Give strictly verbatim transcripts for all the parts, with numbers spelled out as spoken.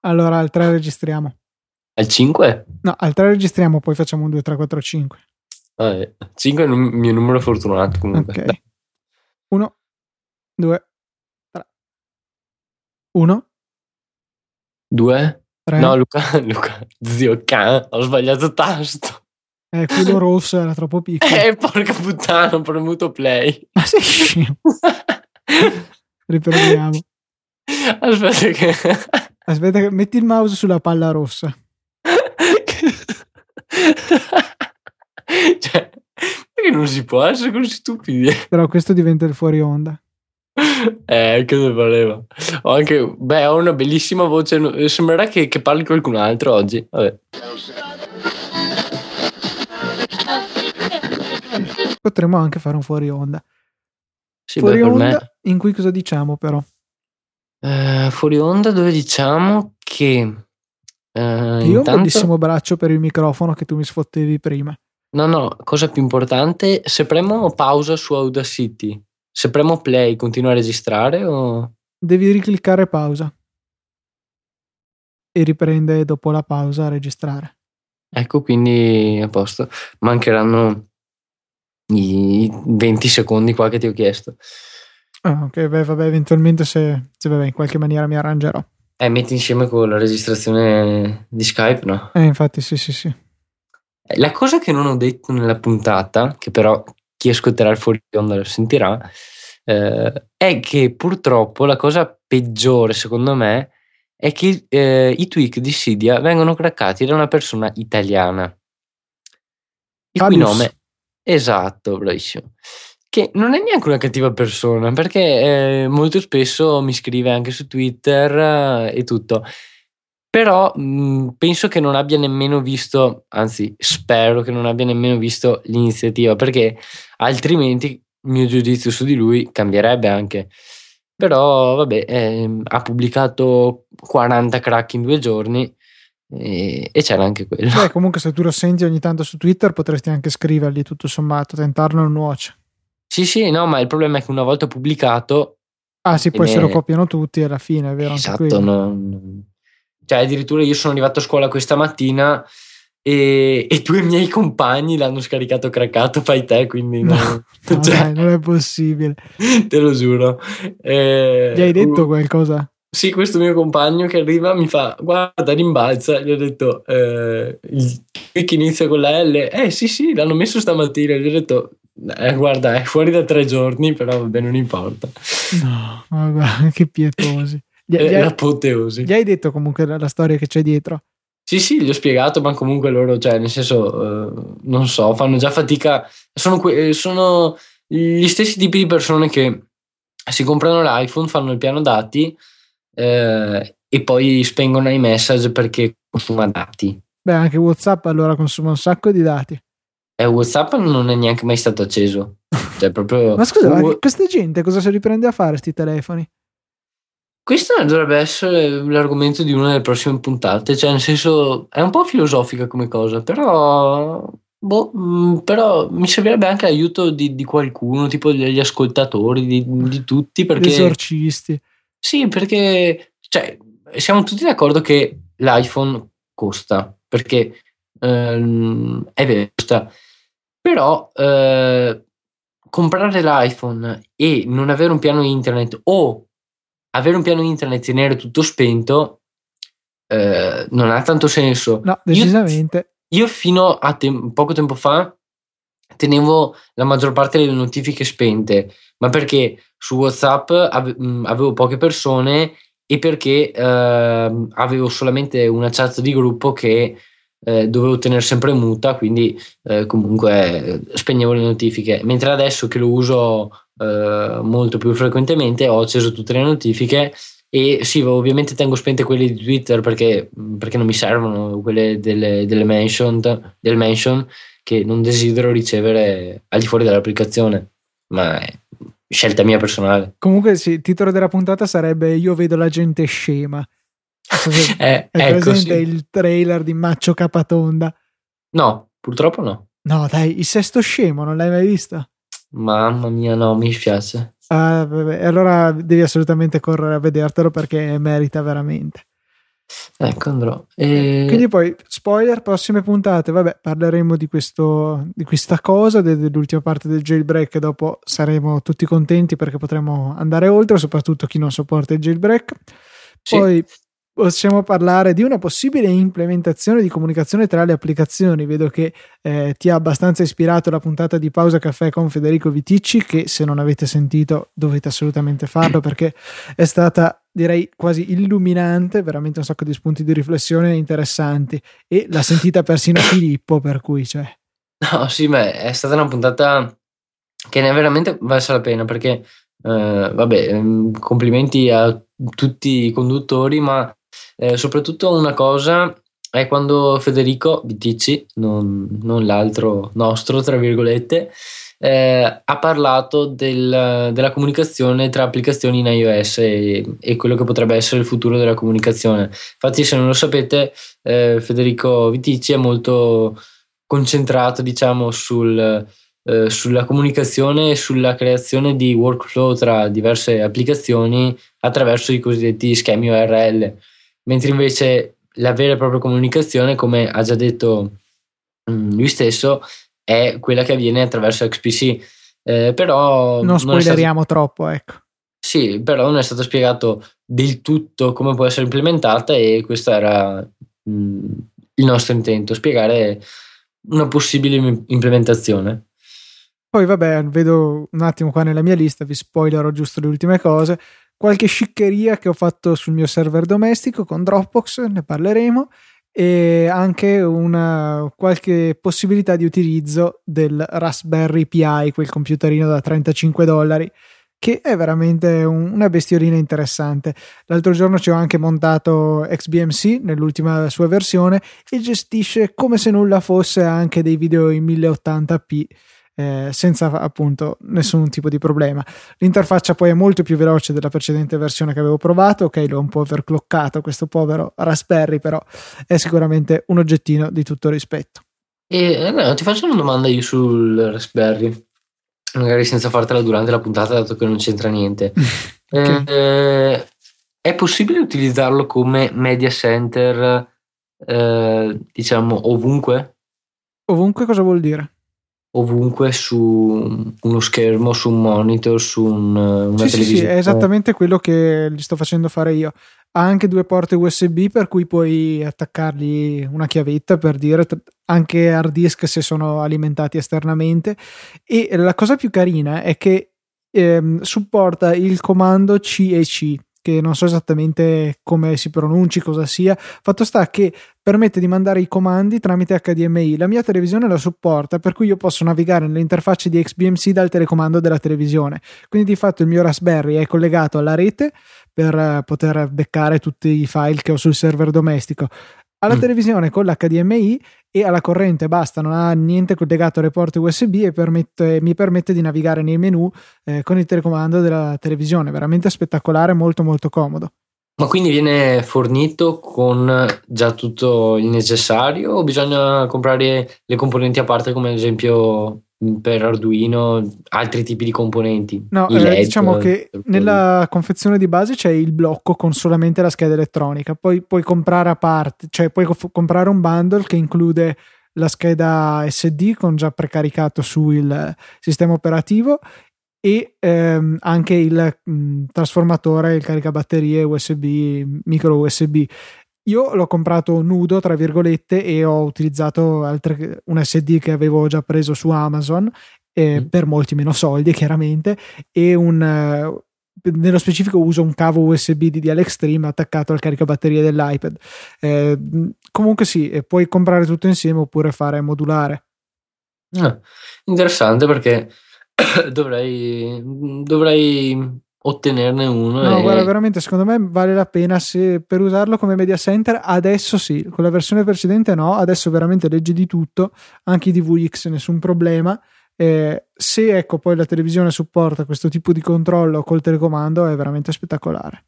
Allora al tre registriamo. Al cinque? No, al tre registriamo, poi facciamo un due, tre, quattro, cinque. Ah, cinque è il num- mio numero fortunato comunque. Ok. Dai. uno, due, tre. uno, due? tre. No, Luca, Luca, zio can, ho sbagliato tasto. Eh, quello rosso era troppo piccolo. Eh, porca puttana, ho premuto play. Ma sei scemo. Riproviamo. Aspetta che... Aspetta, che metti il mouse sulla palla rossa. Cioè, perché non si può essere così stupidi? Però questo diventa il fuori onda. Eh, cosa voleva? Ho anche, beh, ho una bellissima voce. Sembrerà che, che parli qualcun altro oggi. Vabbè. Potremmo anche fare un fuori onda. Sì, fuori beh, per onda me... in cui cosa diciamo però? Eh, fuori onda dove diciamo che eh, Io intanto... ho un bellissimo braccio per il microfono che tu mi sfottevi prima. No, no, cosa più importante, se premo pausa su Audacity, se premo play continua a registrare o... Devi ricliccare pausa e riprende dopo la pausa a registrare. Ecco, quindi a posto. Mancheranno i venti secondi qua che ti ho chiesto. Ah, ok, beh, vabbè, eventualmente se, se vabbè, in qualche maniera mi arrangerò. Eh, metti insieme con la registrazione di Skype, no? Eh, infatti, sì, sì, sì. La cosa che non ho detto nella puntata, che però chi ascolterà il fuori onda lo sentirà, eh, è che purtroppo la cosa peggiore, secondo me, è che eh, i tweak di Cydia vengono craccati da una persona italiana. Il cui Fabius. nome... Esatto, bravissimo. Che non è neanche una cattiva persona, perché eh, molto spesso mi scrive anche su Twitter eh, e tutto. Però mh, penso che non abbia nemmeno visto, anzi spero che non abbia nemmeno visto l'iniziativa, perché altrimenti il mio giudizio su di lui cambierebbe anche. Però vabbè, ehm, ha pubblicato quaranta crack in due giorni e, e c'era anche quello. Beh, comunque se tu lo senti ogni tanto su Twitter potresti anche scrivergli tutto sommato, tentarlo non nuoce. Sì, sì, no, ma il problema è che una volta pubblicato... Ah sì, e poi se lo ne- copiano tutti alla fine, è vero anche Esatto, quello. non... Cioè addirittura io sono arrivato a scuola questa mattina e, e due miei compagni l'hanno scaricato craccato, fai te, quindi No, no, no cioè, dai, non è possibile. te lo giuro. Gli hai Eh, detto uh, qualcosa? sì, questo mio compagno che arriva mi fa guarda, rimbalza, gli ho detto eh, il click inizia con la L, eh sì sì, l'hanno messo stamattina, gli ho detto eh, guarda, è fuori da tre giorni, però vabbè, non importa. No, vabbè, che pietosi. Gli, gli È hai, l'apoteosi. gli hai detto comunque la, la storia che c'è dietro? Sì, sì, gli ho spiegato, ma comunque loro, cioè, nel senso, eh, non so, fanno già fatica. Sono, que- sono gli stessi tipi di persone che si comprano l'iPhone, fanno il piano dati eh, e poi spengono i message perché consuma dati. Beh, anche WhatsApp allora consuma un sacco di dati. E WhatsApp non è neanche mai stato acceso. Cioè, proprio. Ma scusa, ma uh, questa gente cosa si riprende a fare sti telefoni? Questo dovrebbe essere l'argomento di una delle prossime puntate, cioè nel senso è un po' filosofica come cosa, però, boh, mh, però mi servirebbe anche l'aiuto di, di qualcuno, tipo degli ascoltatori, di, di tutti, Gli perché esorcisti. sì, perché cioè, siamo tutti d'accordo che l'iPhone costa, perché ehm, è vero, costa, però eh, comprare l'iPhone e non avere un piano internet o avere un piano internet e tenere tutto spento eh, non ha tanto senso. No, Io, decisamente. io fino a tem- poco tempo fa tenevo la maggior parte delle notifiche spente, ma perché su WhatsApp ave- mh, avevo poche persone e perché ehm, avevo solamente una chat di gruppo che eh, dovevo tenere sempre muta, quindi eh, comunque eh, spegnevo le notifiche. Mentre adesso che lo uso eh, molto più frequentemente ho acceso tutte le notifiche e sì, ovviamente tengo spente quelle di Twitter perché, perché non mi servono quelle delle, delle mention, del mention che non desidero ricevere al di fuori dell'applicazione, ma è scelta mia personale. Comunque sì, il titolo della puntata sarebbe Io vedo la gente scema. Non so se Eh, è ecco, presente sì. il trailer di Maccio Capatonda. No, purtroppo no. No, dai, il sesto scemo, non l'hai mai visto? Mamma mia, no, mi dispiace. Ah, vabbè, allora devi assolutamente correre a vedertelo perché merita veramente. Ecco, andrò. Eh, E... quindi poi, spoiler, prossime puntate, vabbè, parleremo di questo, di questa cosa, de- dell'ultima parte del jailbreak, e dopo saremo tutti contenti perché potremo andare oltre, soprattutto chi non sopporta il jailbreak. Sì. Poi possiamo parlare di una possibile implementazione di comunicazione tra le applicazioni. Vedo che eh, ti ha abbastanza ispirato la puntata di Pausa Caffè con Federico Viticci, che se non avete sentito dovete assolutamente farlo perché è stata, direi, quasi illuminante, veramente un sacco di spunti di riflessione interessanti, e l'ha sentita persino Filippo, per cui cioè... No, sì, ma è stata una puntata che ne è veramente valsa la pena perché, eh, vabbè, ehm, complimenti a tutti i conduttori, ma eh, soprattutto una cosa è quando Federico Viticci, non, non l'altro nostro, tra virgolette, eh, ha parlato del- della comunicazione tra applicazioni in iOS e, e quello che potrebbe essere il futuro della comunicazione. Infatti, se non lo sapete, eh, Federico Viticci è molto concentrato, diciamo, sul, eh, sulla comunicazione e sulla creazione di workflow tra diverse applicazioni attraverso i cosiddetti schemi U R L, mentre invece la vera e propria comunicazione, come ha già detto mh, lui stesso, è quella che avviene attraverso X P C. Eh, però Non non è stato, spoileriamo troppo, ecco. sì, però non è stato spiegato del tutto come può essere implementata, e questo era mh, il nostro intento, spiegare una possibile im- implementazione. Poi vabbè, vedo un attimo qua nella mia lista, vi spoilerò giusto le ultime cose. Qualche sciccheria che ho fatto sul mio server domestico con Dropbox, ne parleremo, e anche una qualche possibilità di utilizzo del Raspberry Pi, quel computerino da trentacinque dollari, che è veramente un- una bestiolina interessante. L'altro giorno ci ho anche montato X B M C nell'ultima sua versione e gestisce come se nulla fosse anche dei video in mille ottanta p, eh, senza appunto nessun tipo di problema. L'interfaccia poi è molto più veloce della precedente versione che avevo provato. Ok, l'ho un po' overclockato questo povero Raspberry, però è sicuramente un oggettino di tutto rispetto. E eh, no, ti faccio una domanda io sul Raspberry, magari senza fartela durante la puntata, dato che non c'entra niente. Ok, Eh, è possibile utilizzarlo come media center, eh, diciamo, ovunque? ovunque cosa vuol dire? Ovunque su uno schermo, su un monitor, su un- una Sì, sì, sì, televisione? è esattamente quello che gli sto facendo fare io. Ha anche due porte U S B per cui puoi attaccargli una chiavetta, per dire, t- anche hard disk se sono alimentati esternamente. E la cosa più carina è che ehm, supporta il comando C E C, che non so esattamente come si pronunci, cosa sia. Fatto sta che permette di mandare i comandi tramite H D M I. La mia televisione la supporta, per cui io posso navigare nelle interfacce di X B M C dal telecomando della televisione. Quindi di fatto il mio Raspberry è collegato alla rete per eh, poter beccare tutti i file che ho sul server domestico, alla Mm. televisione con l'H D M I e alla corrente, basta, non ha niente collegato alle porte U S B, e permette, mi permette di navigare nei menu eh, con il telecomando della televisione. Veramente spettacolare, molto molto comodo. Ma quindi viene fornito con già tutto il necessario o bisogna comprare le componenti a parte, come ad esempio mh, per Arduino, altri tipi di componenti, No, i eh, L E D? diciamo che per quello. nella confezione di base c'è il blocco con solamente la scheda elettronica, poi puoi comprare a parte, cioè puoi co- comprare un bundle che include la scheda S D con già precaricato sul sistema operativo, e ehm, anche il mh, trasformatore, il caricabatterie U S B, micro U S B. Io l'ho comprato nudo, tra virgolette, e ho utilizzato altre, un S D che avevo già preso su Amazon, eh, Mm. per molti meno soldi, chiaramente, e un, eh, nello specifico uso un cavo U S B di D L Extreme attaccato al caricabatterie dell'iPad. Eh, comunque sì, eh, puoi comprare tutto insieme oppure fare modulare. Ah, interessante, perché dovrei, dovrei ottenerne uno No, guarda, e... veramente secondo me vale la pena, se per usarlo come media center. Adesso sì, con la versione precedente no, adesso veramente leggi di tutto, anche i D V X, nessun problema. Eh, se ecco poi la televisione supporta questo tipo di controllo col telecomando, è veramente spettacolare.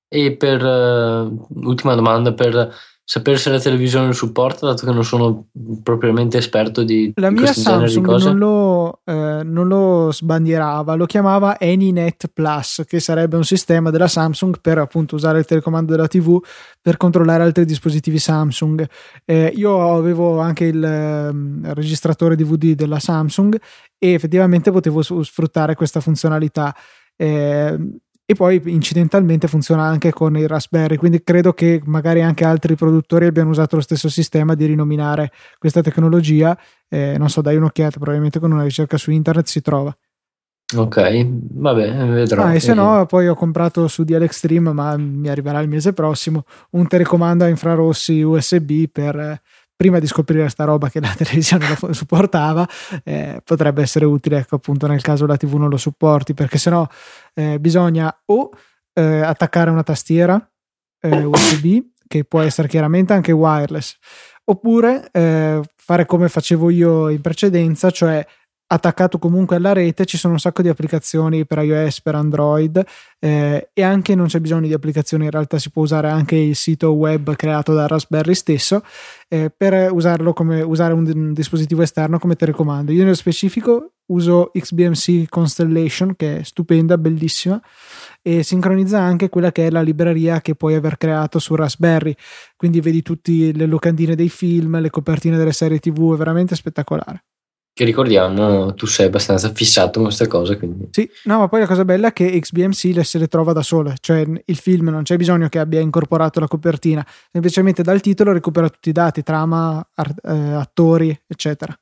E per uh, ultima domanda, per sapere se la televisione lo supporta, dato che non sono propriamente esperto di, La di mia questo genere di Samsung cose. non lo, eh, non lo sbandierava, lo chiamava AnyNet Plus, che sarebbe un sistema della Samsung per appunto usare il telecomando della T V per controllare altri dispositivi Samsung. Eh, io avevo anche il, ehm, registratore D V D della Samsung e effettivamente potevo su- sfruttare questa funzionalità. Eh, e poi incidentalmente funziona anche con i Raspberry, quindi credo che magari anche altri produttori abbiano usato lo stesso sistema di rinominare questa tecnologia. Eh, non so, dai un'occhiata, probabilmente con una ricerca su internet si trova. Ok, vabbè, Ah, vedrò. e se Eh, no, poi ho comprato su D L Extreme, ma mi arriverà il mese prossimo, un telecomando a infrarossi U S B per, eh, prima di scoprire sta roba che la televisione lo supportava, eh, potrebbe essere utile, ecco, appunto nel caso la T V non lo supporti, perché sennò eh, bisogna o eh, attaccare una tastiera eh, U S B, che può essere chiaramente anche wireless, oppure eh, fare come facevo io in precedenza, cioè attaccato comunque alla rete. Ci sono un sacco di applicazioni per iOS, per Android, eh, e anche non c'è bisogno di applicazioni, in realtà si può usare anche il sito web creato da Raspberry stesso, eh, per usarlo come usare un, un dispositivo esterno come telecomando. Io nello specifico uso X B M C Constellation, che è stupenda, bellissima, e sincronizza anche quella che è la libreria che puoi aver creato su Raspberry, quindi vedi tutte le locandine dei film, le copertine delle serie T V, è veramente spettacolare. che ricordiamo, tu sei abbastanza fissato con queste cose, quindi Sì, no, ma poi la cosa bella è che X B M C le se le trova da sole, cioè il film non c'è bisogno che abbia incorporato la copertina, semplicemente dal titolo recupera tutti i dati, trama, ar- eh, attori, eccetera.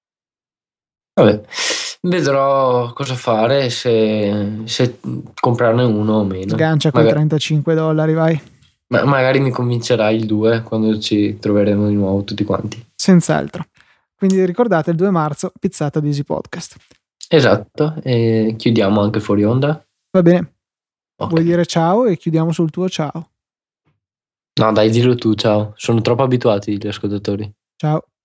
vabbè, vedrò cosa fare, se, se comprarne uno o meno. Sgancia quei Magari, trentacinque dollari, vai. ma- magari mi convincerai il due quando ci troveremo di nuovo tutti quanti. Senz'altro. Quindi ricordate il due marzo, pizzata di Easy Podcast. Esatto, e chiudiamo anche fuori onda. Va bene, Ok. vuoi dire ciao e chiudiamo sul tuo ciao. No, dai, dillo tu, ciao. Sono troppo abituati gli ascoltatori. Ciao.